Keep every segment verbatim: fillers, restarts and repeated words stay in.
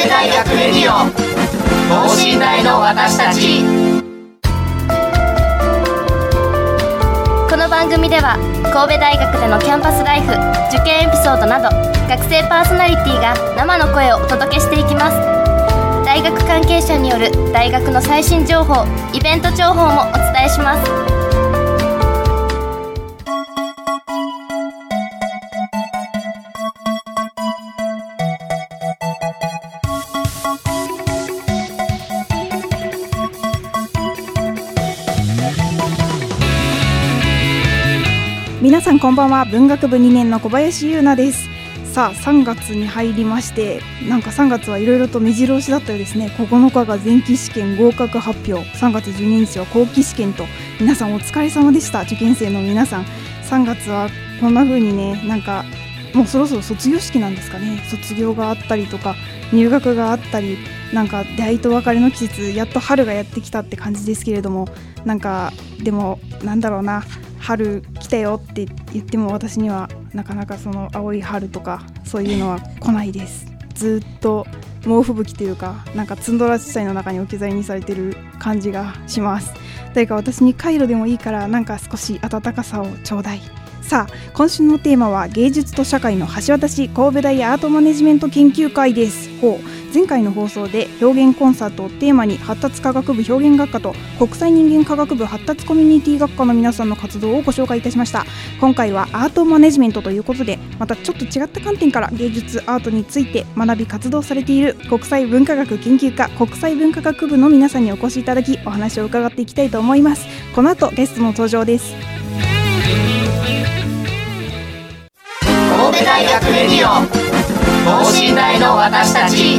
戸大学レディオ等身大の私たち。 この番組では神戸大学でのキャンパスライフ、受験エピソードなど学生パーソナリティが生の声をお届けしていきます。大学関係者による大学の最新情報、イベント情報もお伝えします。 皆さんこんばんは。文学部にねんの小林優奈です。さあさんがつに入りまして、なんかさんがつはいろいろと目白押しだったようですね。ここのかが前期試験合格発表、さんがつじゅうににちは後期試験と、皆さんお疲れ様でした。受験生の皆さん、さんがつはこんな風にね、なんかもうそろそろ卒業式なんですかね。卒業があったりとか入学があったり、なんか出会いと別れの季節、やっと春がやってきたって感じですけれども、なんかでもなんだろうな、春来たよって言っても私にはなかなかその青い春とかそういうのは来ないです。ずっと猛吹雪というか、なんかツンドラ地帯の中に置き去りにされてる感じがします。誰か私にカイロでもいいからなんか少し暖かさをちょうだい。さあ今週のテーマは芸術と社会の橋渡し、神戸大アートマネジメント研究会です。ほう前回の放送で表現コンサートをテーマに発達科学部表現学科と国際人間科学部発達コミュニティ学科の皆さんの活動をご紹介いたしました。今回はアートマネジメントということで、またちょっと違った観点から芸術アートについて学び活動されている国際文化学研究科国際文化学部の皆さんにお越しいただき、お話を伺っていきたいと思います。この後ゲストの登場です。 神戸大学レディオ等身大の私たち。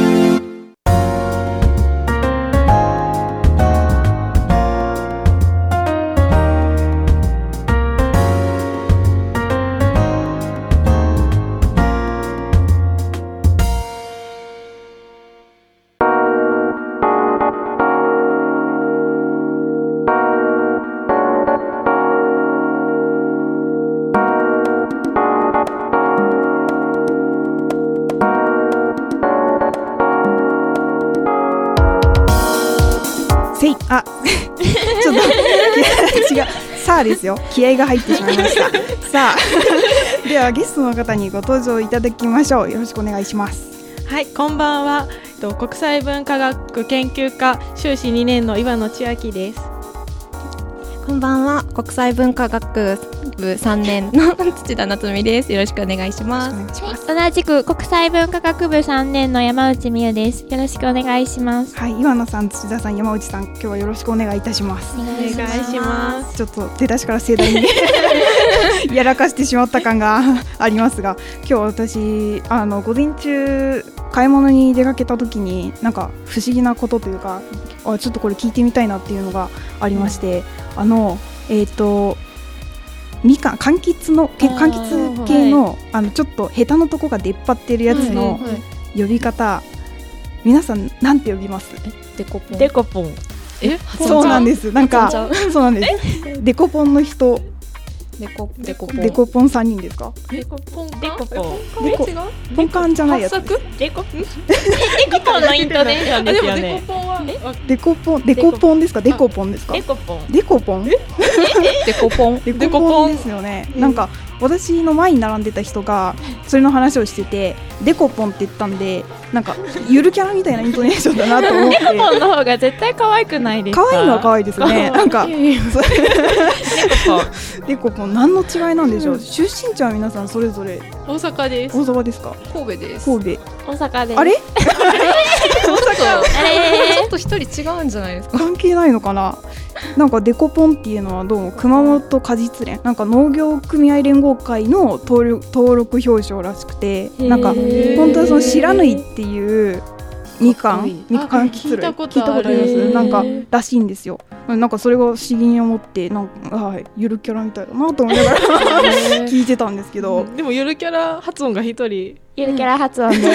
せいあちょっと違うさあですよ、気合が入ってしまいましたさあではゲストの方にご登場いただきましょう。よろしくお願いします。 はい、こんばんは。国際文化学研究科修士にねんの岩野千秋です。 こんばんは。国際文化学部さんねんの土田夏美です。よろしくお願いします。 同じく国際文化学部さんねんの山内美優です。よろしくお願いします。 はい、岩野さん、土田さん、山内さん、今日はよろしくお願いいたします。 お願いします。 ちょっと出だしから盛大にやらかしてしまった感がありますが、今日私あの午前中買い物に出かけた時になんか不思議なことというか、あちょっとこれ聞いてみたいなっていうのがありまして、うん、あのえっ、ー、とみかん柑橘の柑橘系の、はい、あのちょっとヘタのとこが出っ張ってるやつの呼び方、はいはい、皆さんなんて呼びます？ デコポン。 デコポン。え？ そうなんです。なんかそうなんです。デコポンの人。 デコデコポン。 デコポンさんにんですか？ デコポン。デコポン。 デコポンカンじゃないやつ。 デコデコポンのイントネーションですよね。 デコポンはデコポンデコポンですか？デコポンですか？ デコポン。 デコポン？ デコポン。 デコポンですよね。なんか私の前に並んでた人がそれの話をしてて、デコポンって言ったんで、なんかゆるキャラみたいなイントネーションだなと思って。 デコポンの方が絶対可愛くないですか？ 可愛いのは可愛いですね。なんかデコポン。デコポン何の違いなんでしょう。うん、出身地は皆さんそれぞれ。 大阪です。 大阪ですか？ 神戸です。 神戸。 大阪です。 あれ？ 大阪。 あれちょっと一人違うんじゃないですか？ 関係ないのかな。なんかデコポンっていうのはどうも熊本果実連、なんか農業組合連合会の登録、登録表彰らしくて、なんか本当はその知らぬいっていうみかん、みかん聞いたことあります。なんからしいんですよ。なんかそれが不思議に思って、なんか、はい、ゆるキャラみたいだなと思いながら聞いてたんですけど、 でもゆるキャラ発音が一人。 ゆるキャラ発音です。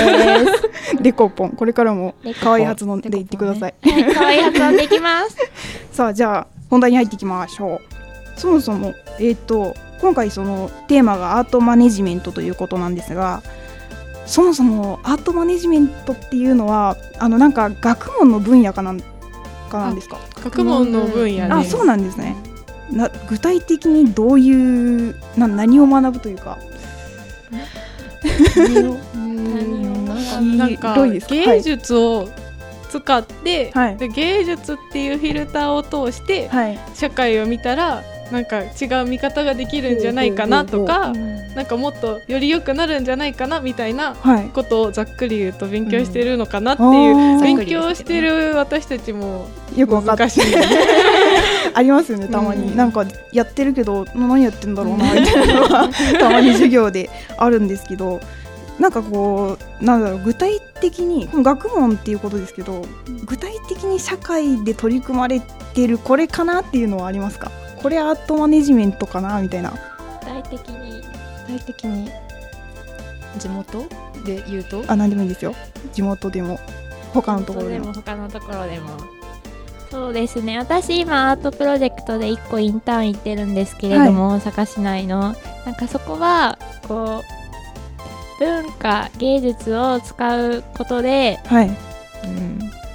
デコポン、これからも可愛い発音で言ってください。 はい、可愛い発音できます。 さあ、じゃあ本題に入っていきましょう。そもそも、えーと、今回そのテーマがアートマネジメントということなんですが、 そもそもアートマネジメントっていうのはあのなんか学問の分野かなんかなんですか？ 学問の分野で、 あ、そうなんですね。な具体的にどういうな何を学ぶというか何をなんか広いですか？ 芸術を使って、 はい、 で芸術っていうフィルターを通してはい、 社会を見たらなんか違う見方ができるんじゃないかなとか、なんかもっとより良くなるんじゃないかなみたいなことをざっくり言うと勉強してるのかなっていう、 うん、 勉強してる私たちもよくわかって難しいありますよね、たまに、うん、なんかやってるけど何やってんだろうなみたいなのがたまに授業であるんですけど、なんかこうなんだろう、具体的に学問っていうことですけど、具体的に社会で取り組まれてるこれかなっていうのはありますか？これアートマネジメントかなみたいな。 具体的に具体的に地元で言うと、 あ、何でもいいですよ。地元でも他のところでも他のところでも。そうですね、私今アートプロジェクトでいっこインターン行ってるんですけれども、はい、大阪市内のなんかそこはこう文化芸術を使うことで、はい、うん、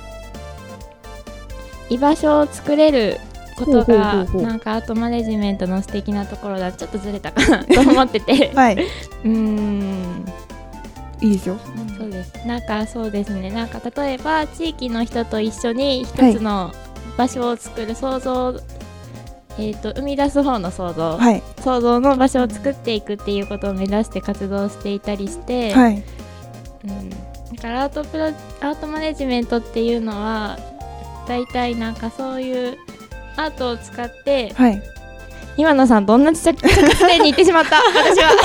居場所を作れることがなんかアートマネジメントの素敵なところだ。ちょっとずれたかなと思ってて、はい、うーん、 いいですよ。 そうです。なんかそうですね。なんか例えば地域の人と一緒に一つの場所を作る創造、えっと生み出す方の創造、はい、創造の場所を作っていくっていうことを目指して活動していたりして、はい、うん、だからアートプロアートマネジメントっていうのはだいたいなんかそういうアートを使って、はい、今野さんと同じ着地点に行ってしまった私は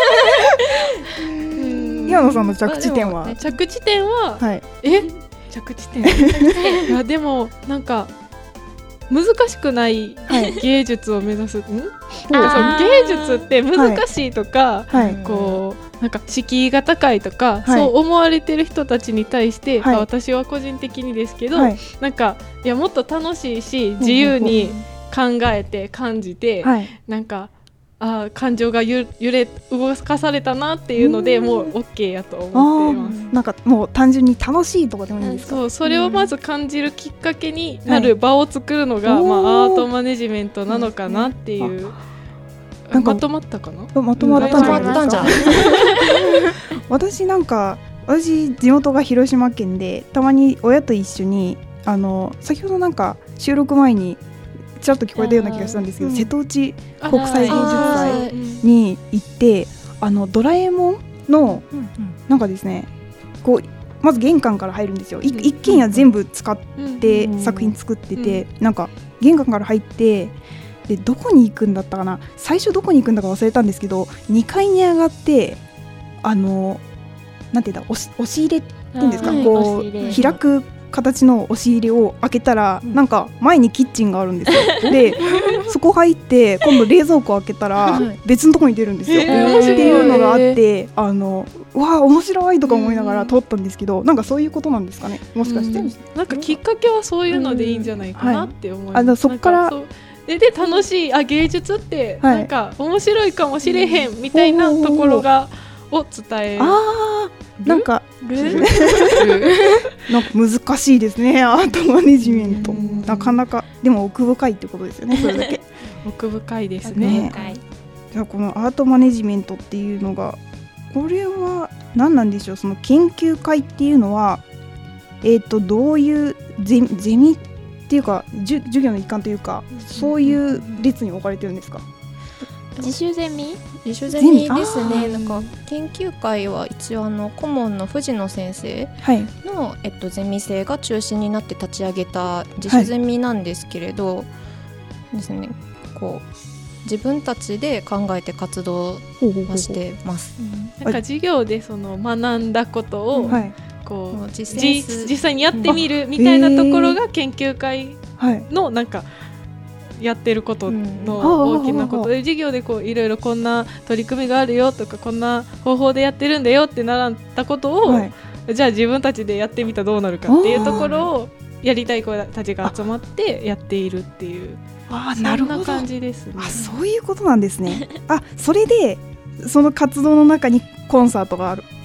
今野さんの着地点は、 ね、着地点は、はい、え着地点いやでもなんか難しくない芸術を目指す、はい、んあ芸術って難しいとか、はい、こうなんか敷居が高いとか、はい、そう思われてる人たちに対して、はい、私は個人的にですけど、はい、なんかいやもっと楽しいし自由に考えて感じて、はい、なんかあ感情がゆ揺れ動かされたなっていうのでもう OK やと思っています。 なんかもう単純に楽しいとかでもいいんですか？ そうそれをまず感じるきっかけになる場を作るのが、はい、まあ、アートマネジメントなのかなっていう、うん、なんかまとまったかな？ まとまったんじゃないですか？私なんか私地元が広島県でたまに親と一緒にあの先ほどなんか収録前にちらっと聞こえたような気がしたんですけど、うん、瀬戸内国際芸術祭に行ってあのドラえもんの、うん、なんかですねこうまず玄関から入るんですよ、うん、一軒家全部使って作品作ってて、うん、なんか玄関から入ってでどこに行くんだったかな、最初どこに行くんだか忘れたんですけどにかいに上がってあのなんていうんだ 押し, 押し入れっていうんですか、こう開く形の押し入れを開けたら、うん、なんか前にキッチンがあるんですよでそこ入って今度冷蔵庫開けたら別のところに出るんですよ、えー、っていうのがあってあのわあ面白いとか思いながら撮ったんですけど、なんかそういうことなんですかね、もしかして、うん、 なんかきっかけはそういうのでいいんじゃないかなって思います、 はい、あそっからで, で楽しいあ芸術ってなんか面白いかもしれへんみたいなところが、を伝える。 あなんかなんか難しいですねアートマネジメント、なかなかでも奥深いってことですよね、それだけ奥深いですね。 ね、じゃあこのアートマネジメントっていうのがこれは何なんでしょう、その研究会っていうのはえっとどういうゼミ、ゼミっていうか授業の一環というかそういう列に置かれてるんですか？ 自主ゼミ自主ゼミですね。なんか研究会は一応あの顧問の藤野先生の、はい、えっと、ゼミ生が中心になって立ち上げた自主ゼミなんですけれど、はい、ですね、こう自分たちで考えて活動はしてます。 うん、なんか授業でその学んだことを、はい、こう実実際にやってみるみたいなところが研究会のなんかやってることの大きなことで、授業でこういろいろこんな取り組みがあるよとかこんな方法でやってるんだよって習ったことを、はい、じゃあ自分たちでやってみたらどうなるかっていうところをやりたい子たちが集まってやっているっていう、 ああなるほど、 そんな感じですね。 あ、そういうことなんですねあ、それでその活動の中にコンサートがある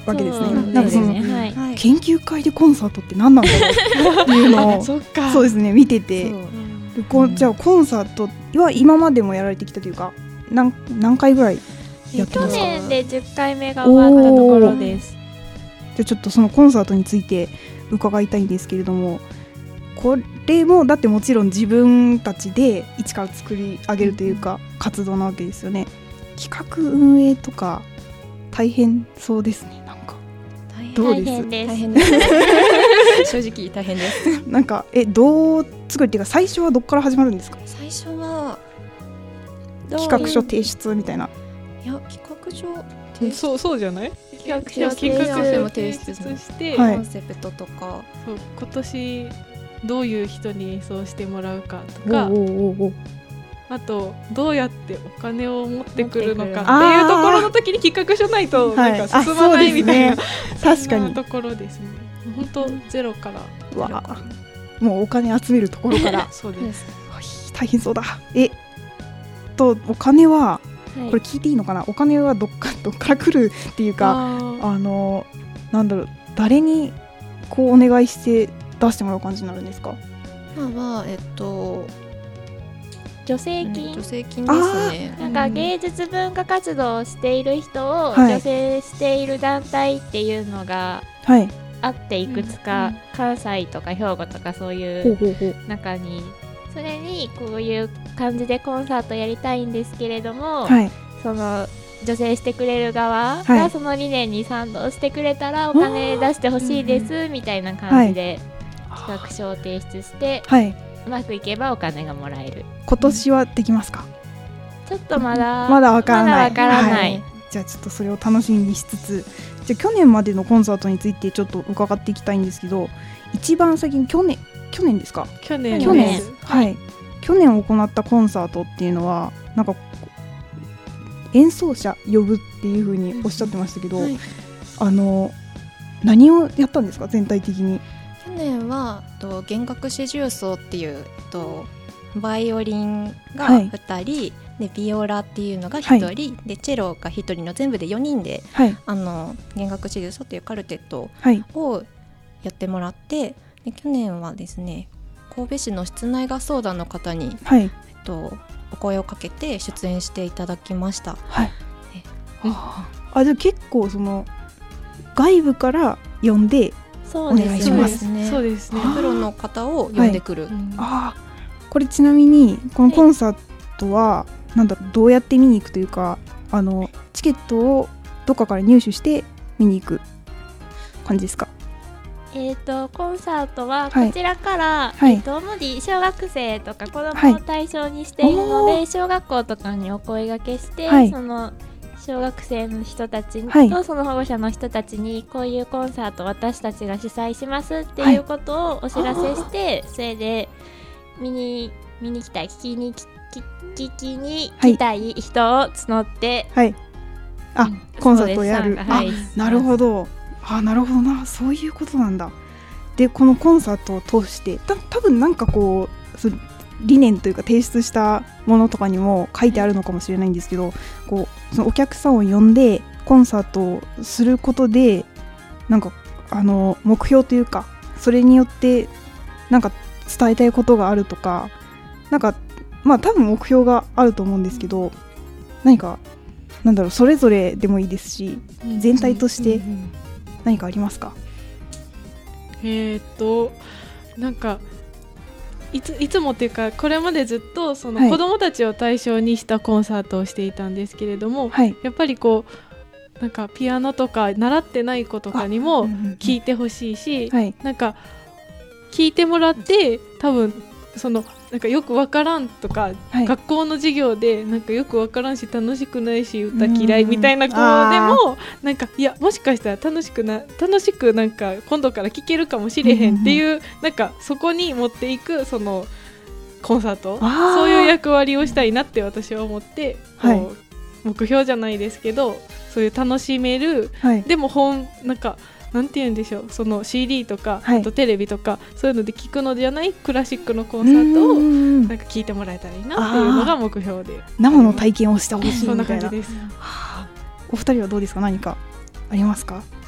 わけですね。 そうなんかその、 はいはい、 研究会でコンサートって何なんだろうっていうのをそっかそうですね見てて、 そうこうじゃあコンサートは今までもやられてきたというか何何回ぐらいやってますか？ 去年でじゅっかいめが終わったところです。 じゃあちょっとそのコンサートについて伺いたいんですけれども、これもだってもちろん自分たちで一から作り上げるというか活動なわけですよね。企画運営とか大変そうですね。なんかどうです？ 大変です。 大変です正直大変ですなんかえどう作るっていうか最初はどっから始まるんですか？ 最初は企画書提出みたいな。 いや企画書うんそうそうじゃない？企画書企画書も提出出して、 はいコンセプトとか、 そう今年どういう人に演奏してもらうかとか、 おうおうおうおうあとどうやってお金を持ってくるのかっていうと持ってくるころの時に企画書ないとはいなんか進まないみたいな、 あそうですね確かにそんなところですね。本当ゼロからうわもうお金集めるところからそうです大変そうだ。えとお金ははいこれ聞いていいのかな？お金はどっかどっから来るっていうか、 あーあのなんだろう誰にこうお願いして出してもらう感じになるんですか？ 今はえっと助成金、 助成金ですね。 なんか芸術文化活動をしている人をはい助成している団体っていうのがはい。 あっていくつか、関西とか兵庫とかそういほううほうほう。 中にそれにこういう感じでコンサートやりたいんですけれども、 はい。 その助成してくれる側はいがその理念に賛同してくれたらお金出してほしいですみたいな感じで企画書を提出してはい。 うまくいけばお金がもらえる。 今年はできますか？ ちょっとまだまだわからない。 まだわからない、 はいじゃあちょっとそれを楽しみにしつつ、じゃあ去年までのコンサートについてちょっと伺っていきたいんですけど、一番最近去年去年ですか？ 去年去年ですはい去年行ったコンサートっていうのはなんか演奏者呼ぶっていう風におっしゃってましたけど、 はいあの何をやったんですか全体的に？ 去年はと弦楽四重奏っていうとバイオリンがはいふたり、でビオラっていうのがひとり、 はでチェロがひとりの全部でよにんではいあの弦楽四重奏っていうカルテットはいをやってもらって、で去年はですね神戸市の室内合奏団の方に、 はいえっと、お声をかけて出演していただきました。 はいえああじゃあ結構その外部から呼んでそうですお願いしますそうですねそうですね。 プロの方を呼んでくる、 うんああこれちなみにこのコンサートはなんだろうどうやって見に行くというかあのチケットをどっかから入手して見に行く感じですか？ えー、とコンサートははいこちらから、 はいえー、と主に小学生とか子供を対象にしているので、 はい小学校とかにお声掛けして、 はいその小学生の人たちと、 はいその保護者の人たちにこういうコンサート私たちが主催しますっていうことをお知らせして、それで見に見に来たい聞きに聞き聞きに来たい人を募って、 はいあコンサートをやる、あそうですはいなるほどあなるほどなそういうことなんだ。でこのコンサートを通してた多分なんかこうそ理念というか提出したものとかにも書いてあるのかもしれないんですけど、こうそのお客さんを呼んでコンサートをすることでなんかあの目標というかそれによってなんか伝えたいことがあるとかなんかまあ多分目標があると思うんですけど、何かなんだろうそれぞれでもいいですし全体として何かありますか？ えー、っとなんかいついつもっていうかこれまでずっとそはいの子どもたちを対象にしたコンサートをしていたんですけれども、 はいやっぱりこうなんかピアノとか習ってない子とかにも聞いてほしいし、 はいなんか聞いてもらって多分そのなんかよくわからんとか、 はい学校の授業でなんかよくわからんし楽しくないし歌嫌いうんみたいな子であもなんかいやもしかしたら楽しくな楽しくなんか今度から聴けるかもしれへんっていう、なんかそこに持っていくそのコンサートあーそういう役割をしたいなって私は思って、こうはい目標じゃないですけどそういう楽しめるはいでも本なんかなんて言うんでしょうその シーディー とか、 はいあとテレビとかそういうので聴くのじゃないクラシックのコンサートをうんなんか聴いてもらえたらいいなっていうのが目標で生の体験をしてほしいそんなみたいな。 感じです。 はあお二人はどうですか？何かありますか？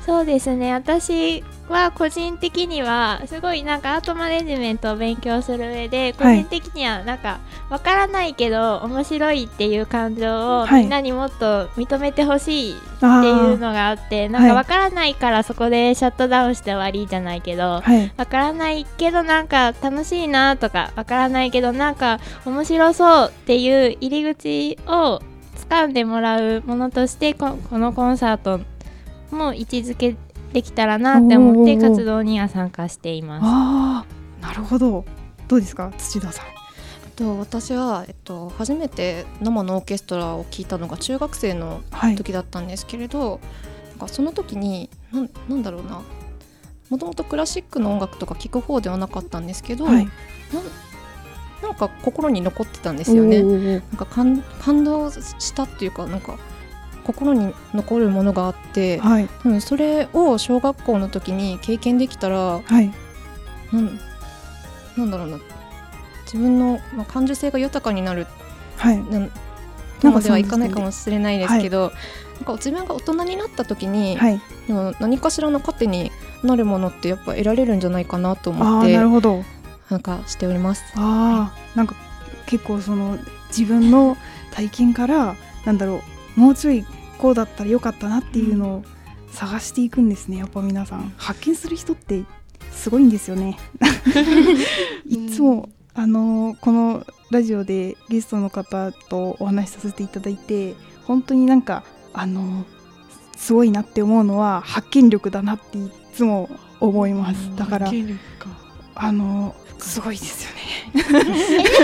そうですね、私は個人的にはすごいなんかアートマネジメントを勉強する上で個人的にはなんかわからないけど面白いっていう感情をみんなにもっと認めてほしいっていうのがあって、なんかわからないからそこでシャットダウンして終わりじゃないけど、わからないけどなんか楽しいなとか、わからないけどなんか面白そうっていう入り口を掴んでもらうものとしてこ、このコンサートも位置づけできたらなって思って活動には参加しています。 あー、なるほど。どうですか、土田さん。 と私は、えっと、初めて生のオーケストラを聴いたのが中学生の時だったんですけれど、はい、なんかその時にな、なんだろうな、もともとクラシックの音楽とか聴く方ではなかったんですけど、はい、な, なんか心に残ってたんですよね。なんか 感, 感動したっていうか、なんか心に残るものがあって、はい、うん、それを小学校の時に経験できたら、はい、なん、なんだろうな、自分の、まあ、感受性が豊かになる、はい、なとまではいかないかもしれないですけど、はい、なんか自分が大人になった時に、はい、でも何かしらの糧になるものってやっぱ得られるんじゃないかなと思って、 あ、なるほど、 なんかしております。 あ、はい、なんか結構その自分の体験からなんだろう、もうちょいこうだったらよかったなっていうのを探していくんですね。やっぱ皆さん発見する人ってすごいんですよねいつもあのこのラジオでゲストの方とお話しさせていただいて、本当になんかあのすごいなって思うのは発見力だなっていつも思います。だからあのすごいですよねえでも、でもオープニングの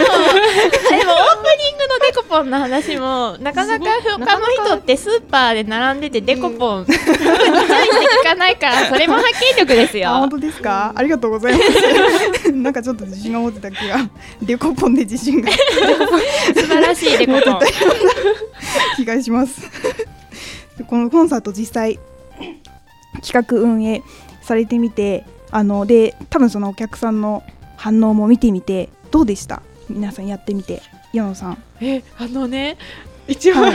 デコポンの話もなかなか他の人ってスーパーで並んでてデコポン、うん、注意して聞かないからそれも発見力ですよ。 あ、本当ですか、ありがとうございますなんかちょっと自信が持ってた気がデコポンで自信が素晴らしいデコポン気がしますこのコンサート実際企画運営されてみて、あので多分そのお客さんの反応も見てみてどうでした？皆さんやってみて。矢野さん。 え、あのね、一番、はい、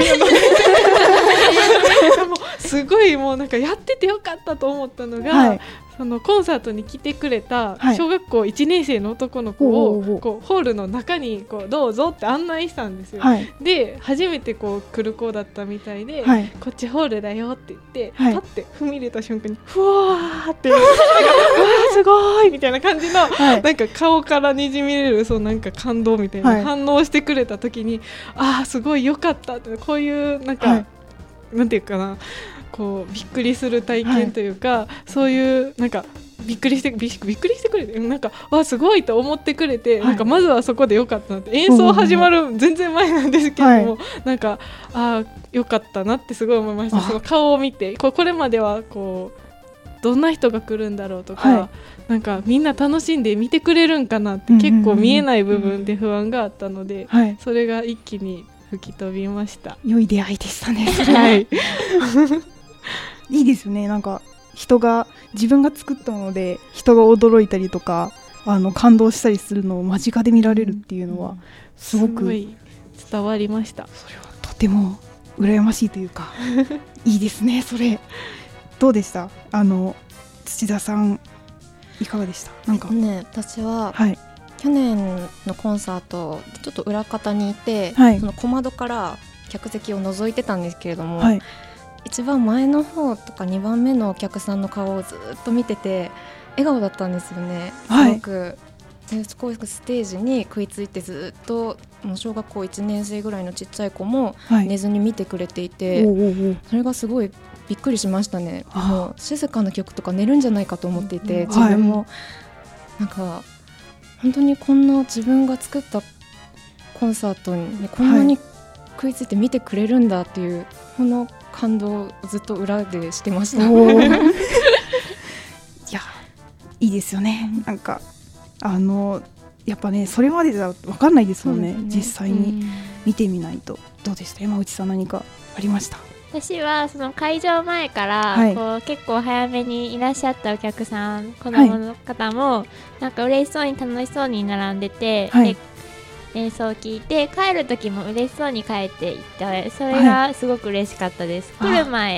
もうすごいもうなんかやっててよかったと思ったのが、はい、そのコンサートに来てくれた小学校いちねん生の男の子を、はい、こうホールの中にこうどうぞって案内したんですよ、はい、で初めてこう来る子だったみたいで、はい、こっちホールだよって言って、はい、パッて踏み入れた瞬間にふわーってうわーすごいみたいな感じの、はい、なんか顔からにじみ出るそのなんか感動みたいな、はい、反応してくれた時にあーすごいよかったって、こういうなんか、はい、なんていうかな、こうびっくりする体験というか、はい、そういうなんかびっくりしてびっくりしてくれて、なんかわすごいと思ってくれて、はい、なんかまずはそこでよかったなって、演奏始まる全然前なんですけども、はい、なんかあよかったなってすごい思いました。その顔を見て こ, これまではこうどんな人が来るんだろうとか、はい、なんかみんな楽しんで見てくれるんかなって結構見えない部分で不安があったので、うんうんうん、それが一気に吹き飛びました。 良い出会いでしたねはいいいですよね。なんか人が自分が作ったもので人が驚いたりとかあの感動したりするのを間近で見られるっていうのはすごく、うん、すごい伝わりました。 それはとても羨ましいというかいいですね。それどうでした？あの土田さんいかがでした？なんかね、私は、はい、去年のコンサートちょっと裏方にいて、 はい、 その小窓から客席を覗いてたんですけれども、はい、一番前の方とかにばんめのお客さんの顔をずっと見てて笑顔だったんですよね。すごく、はい、そこステージに食いついてずっともう小学校いちねん生ぐらいのちっちゃい子も寝ずに見てくれていて、はい、おうおうそれがすごいびっくりしましたね。もう静かな曲とか寝るんじゃないかと思っていて、自分もなんか本当にこんな自分が作ったコンサートにこんなに食いついて見てくれるんだっていう、はい、この感動をずっと裏でしてましたいやいいですよね。なんかあのやっぱねそれまでじゃ分かんないですもん ね, ね実際に見てみないと。どうでした？山内さん何かありました？ 私はその会場前から、はい、こう結構早めにいらっしゃったお客さん子供の方も、はい、なんか嬉しそうに楽しそうに並んでて、はい、で演奏を聞いて帰る時も嬉しそうに帰っていってそれがすごく嬉しかったです、はい、来る前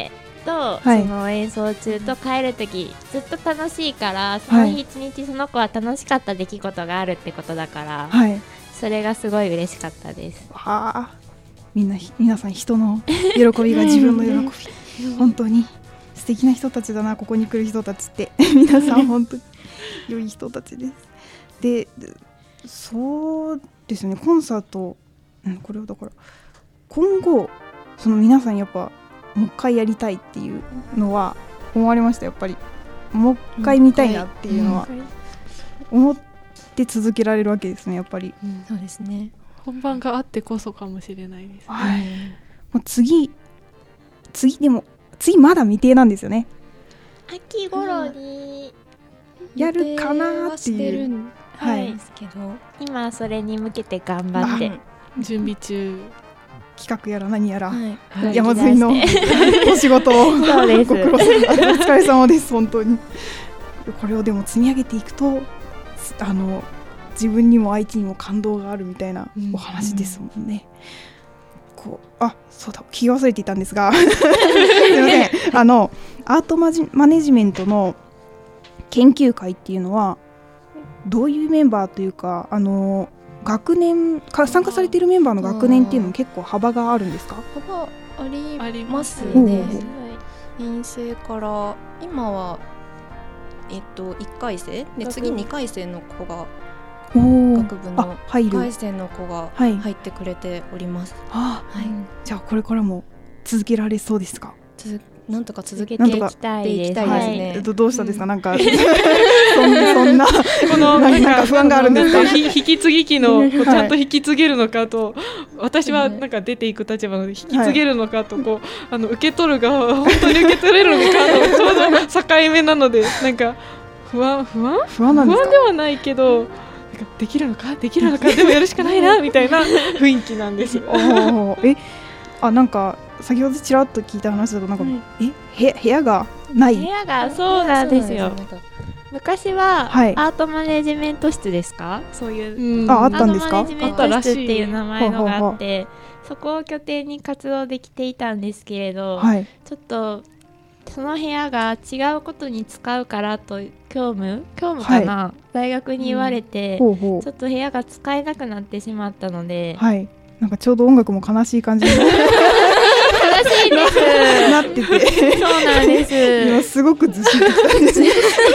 と、 はい、 その演奏中と帰るときずっと楽しいから、その日一日その子は楽しかった出来事があるってことだから、 はい、 それがすごい嬉しかったです。 はあ、みんな皆さん人の喜びが自分の喜び本当に素敵な人たちだな、ここに来る人たちって皆さん本当に良い人たちです。で、そうですね、コンサート、うん、これはだから今後その皆さんやっぱもう一回やりたいっていうのは思われました？やっぱりもう一回見たいなっていうのは思って続けられるわけですね、やっぱり、 うん、そうですね、 本番があってこそかもしれないです、ね、 はい、もう次次でも次まだ未定なんですよね。 秋頃にやるかなっていう、 はい、ですけど、 今それに向けて頑張って準備中、 企画やら何やら、 はい、 山積みのお仕事をそうですご苦労様、お疲れ様です本当に。これをでも積み上げていくと、あの自分にも相手にも感動があるみたいなお話ですもんね、うん、こうあそうだ、聞き忘れていたんですがすいません、あのアートマジマネジメントの研究会っていうのはどういうメンバーというか、あの学年か参加されているメンバーの学年っていうのも結構幅があるんですか？ 幅ありますね。 院生から今は、えっと、いっかい生で、次にかい生の子が学部のいっかい生の子が入ってくれております。 はい、はい、じゃあこれからも続けられそうですか？ 続なんとか続けていきたいですね。 はい、ど, どうしたんですか、うん、なんかそんなそんなこのなんか不安があるんですか？引き継ぎ機のちゃんと引き継げるのかと、はい、私はなんか出ていく立場ので引き継げるのかと、こう、はい、あの受け取る側は本当に受け取れるのかとちょうど境目なので、なんか不安不安不安なんですか？ 不安ではないけど、なんかできるのかできるのかでもやるしかないなみたいな雰囲気なんです。 えあなんか先ほどちらっと聞いた話だとなんか、はい、え部屋がない部屋がそうなんですよ。昔は、はい、アートマネジメント室ですか、そういう、 うん、ああったんですか？ アートマネジメント室っていう名前のがあって、そこを拠点に活動できていたんですけれど、はい、ちょっとその部屋が違うことに使うからと教務教務かな、はい、大学に言われて、うん、ほうほうちょっと部屋が使えなくなってしまったので、 はい、なんかちょうど音楽も悲しい感じに悲しいですなっててそうなんです今すごくずしっときたんです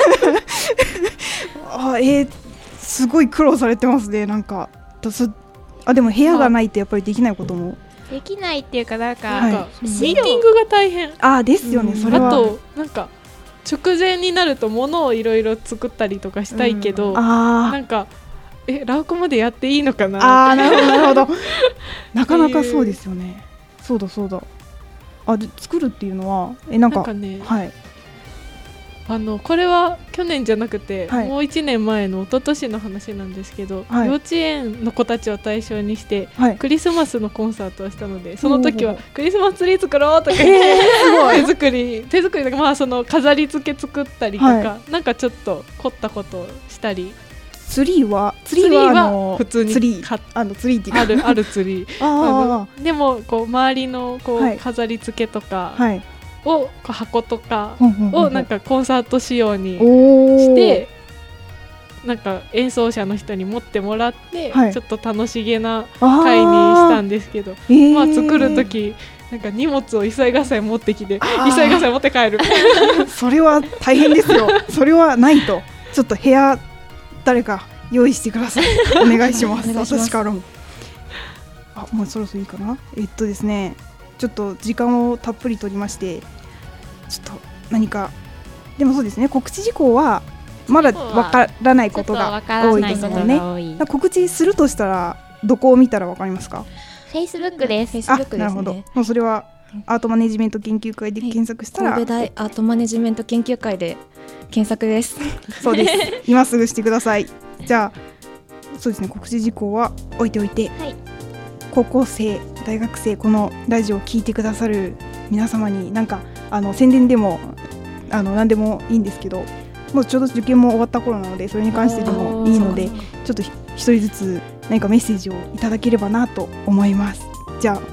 あ、えー、すごい苦労されてますね。なんかあでも部屋がないとやっぱりできないこともできないっていうか、なんか、 はい、なんかミーティングが大変。 あですよね、うん、それは。 あとなんか直前になると物をいろいろ作ったりとかしたいけど、うん、あなんかえラウコまでやっていいのかな。 あなるほどなるほどなかなかそうですよね。そうだそうだ。あで作るっていうのはえなんか、 なんかね、 はい、 あのこれは去年じゃなくて、はい、もういちねんまえの一昨年の話なんですけど、はい、幼稚園の子たちを対象にして、はい、クリスマスのコンサートをしたので、その時はクリスマスツリー作ろうとか、えー、手作り手作りとか、まあその飾り付け作ったりとか、はい、なんかちょっと凝ったことをしたり。 ツリーはツリーはあの普通にツリーあのツリーっていうかあるあるツリーああでもこう周りのこう、はい、飾り付けとかを、はい、箱とかをなんかコンサート仕様にしてなんか演奏者の人に持ってもらって、はい、ちょっと楽しげな会にしたんですけど、えー、まあ作る時なんか荷物を一切合切持ってきて一切合切持って帰るそれは大変ですよそれはないとちょっと部屋誰か用意してくださいお願いします私からも。あもうそろそろいいかな。えっとですねちょっと時間をたっぷり取りまして、ちょっと何かでもそうですね、告知事項はまだわからないことが多いですもんね。告知するとしたらどこを見たらわかりますか？ Facebook です。 あ、なるほど。もうそれはアートマネジメント研究会で検索したら、 神戸大アートマネジメント研究会で検索です。 そうです今すぐしてください。じゃあそうですね、告知事項は置いておいて、はい、高校生大学生このラジオを聞いてくださる皆様に何かあの宣伝でもあの何でもいいんですけど、もうちょうど受験も終わった頃なのでそれに関してでもいいのでちょっと一人ずつ何かメッセージをいただければなと思います。じゃあ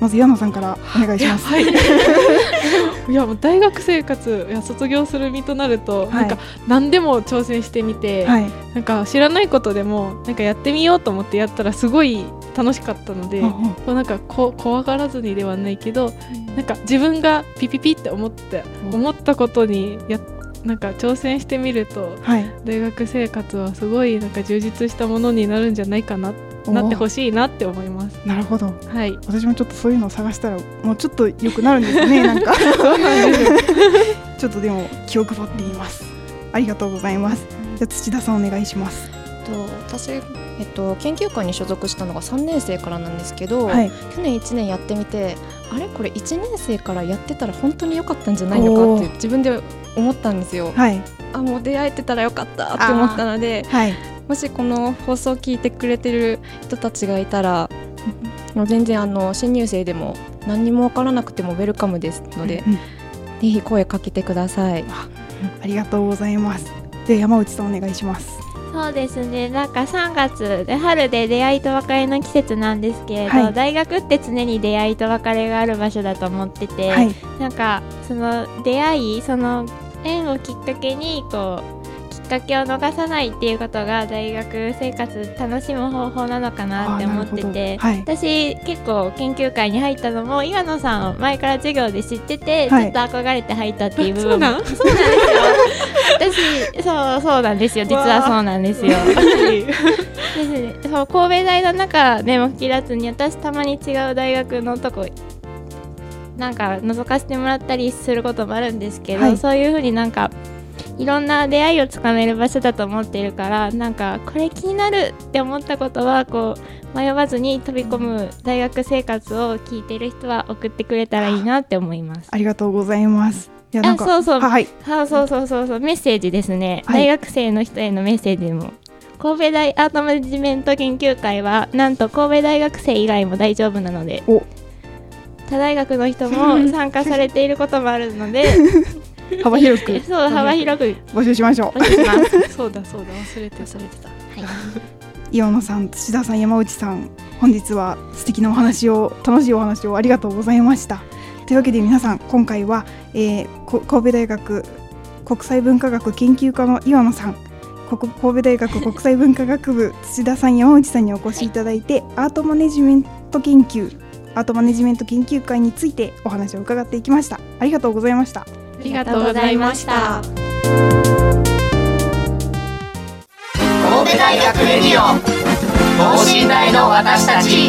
まず矢野さんからお願いします。 はい、いやもう大学生活いや卒業する身となると、はい、なんか何でも挑戦してみて、はい、なんか知らないことでもなんかやってみようと思ってやったらすごい楽しかったので、うん、なんかこ怖がらずにではないけど、うん、なんか自分がピピピって思って、うん、思ったことにやなんか挑戦してみると、はい、大学生活はすごいなんか充実したものになるんじゃないかななってほしいなって思います。 なるほど、 はい、 私もちょっとそういうのを探したらもうちょっと良くなるんですねなんかそうなんですちょっとでも気を配っています。ありがとうございます。じゃあ土田さんお願いします。 と私、えっと、研究会に所属したのがさんねん生からなんですけど、はい、去年いちねんやってみてあれこれいちねん生からやってたら本当に良かったんじゃないのかって自分で思ったんですよ、はい、あもう出会えてたら良かったって思ったので、はい、もしこの放送を聞いてくれてる人たちがいたら全然あの新入生でも何にも分からなくてもウェルカムですので、うんうん、ぜひ声かけてください。 あ, ありがとうございます。で山内さんお願いします。 そうですね、なんかさんがつで春で出会いと別れの季節なんですけれど、はい、大学って常に出会いと別れがある場所だと思ってて、はい、なんかその出会いその縁をきっかけにこうきっかけを逃さないっていうことが大学生活楽しむ方法なのかなって思ってて、はい、私結構研究会に入ったのも岩野さんを前から授業で知ってて、はい、ちょっと憧れて入ったっていう部分もそうなんそうなんですよ私そうそうなんですよ実はそうなんですよですね、そう神戸大の中でも吹き立つに私たまに違う大学のとこなんか覗かせてもらったりすることもあるんですけど、はい、そういう風になんかいろんな出会いをつかめる場所だと思っているからなんかこれ気になるって思ったことはこう迷わずに飛び込む大学生活を聞いている人は送ってくれたらいいなって思います。 ありがとうございます。 いやなんかあそうそう、はい、あそうそうそうそうメッセージですね、はい、大学生の人へのメッセージも神戸大アートマネジメント研究会はなんと神戸大学生以外も大丈夫なので他大学の人も参加されていることもあるので幅広くそう幅広く募集しましょう。 募集しますそうだそうだ忘れて忘れてた、はい、 岩野さん土田さん山内さん本日は素敵なお話を楽しいお話をありがとうございました。というわけで皆さん今回は、えー、神戸大学国際文化学研究科の岩野さん神戸大学国際文化学部土田さん山内さんにお越しいただいて、はい、アートマネジメント研究アートマネジメント研究会についてお話を伺っていきました。ありがとうございました。 ありがとうございました。 神戸大学レディオ等身大の私たち。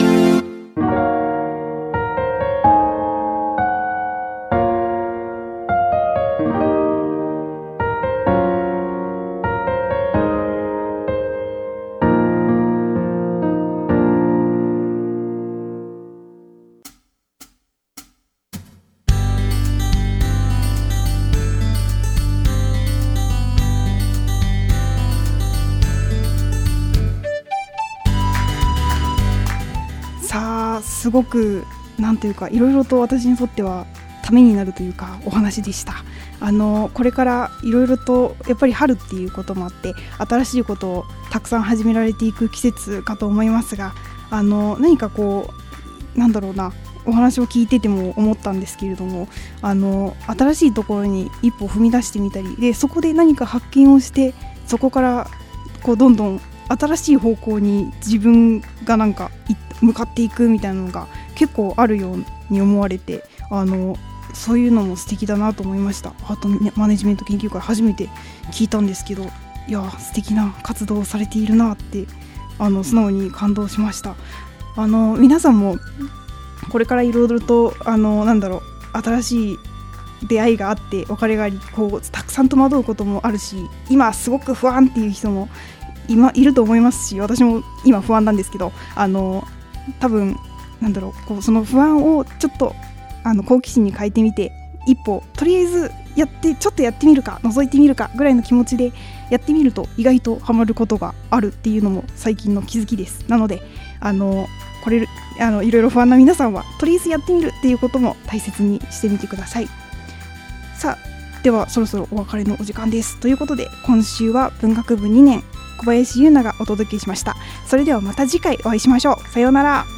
すごくなんというかいろいろと私にとってはためになるというかお話でした。あのこれからいろいろとやっぱり春っていうこともあって新しいことをたくさん始められていく季節かと思いますが、あの何かこうなんだろうなお話を聞いてても思ったんですけれども、あの新しいところに一歩踏み出してみたりでそこで何か発見をしてそこからこうどんどん新しい方向に自分がなんか向かっていくみたいなのが結構あるように思われて、あのそういうのも素敵だなと思いました。アートマネジメント研究会初めて聞いたんですけど、いや素敵な活動をされているなってあの素直に感動しました。あの皆さんもこれからいろいろとあのなんだろう新しい出会いがあって別れがありこうたくさん戸惑うこともあるし、今すごく不安っていう人も今いると思いますし、私も今不安なんですけど、あの多分なんだろう、こうその不安をちょっとあの好奇心に変えてみて一歩とりあえずやってちょっとやってみるか覗いてみるかぐらいの気持ちでやってみると意外とハマることがあるっていうのも最近の気づきです。なのであのこれあのいろいろ不安な皆さんはとりあえずやってみるっていうことも大切にしてみてください。さあではそろそろお別れのお時間です。ということで今週は文学部にねん小林優奈がお届けしました。それではまた次回お会いしましょう。さようなら。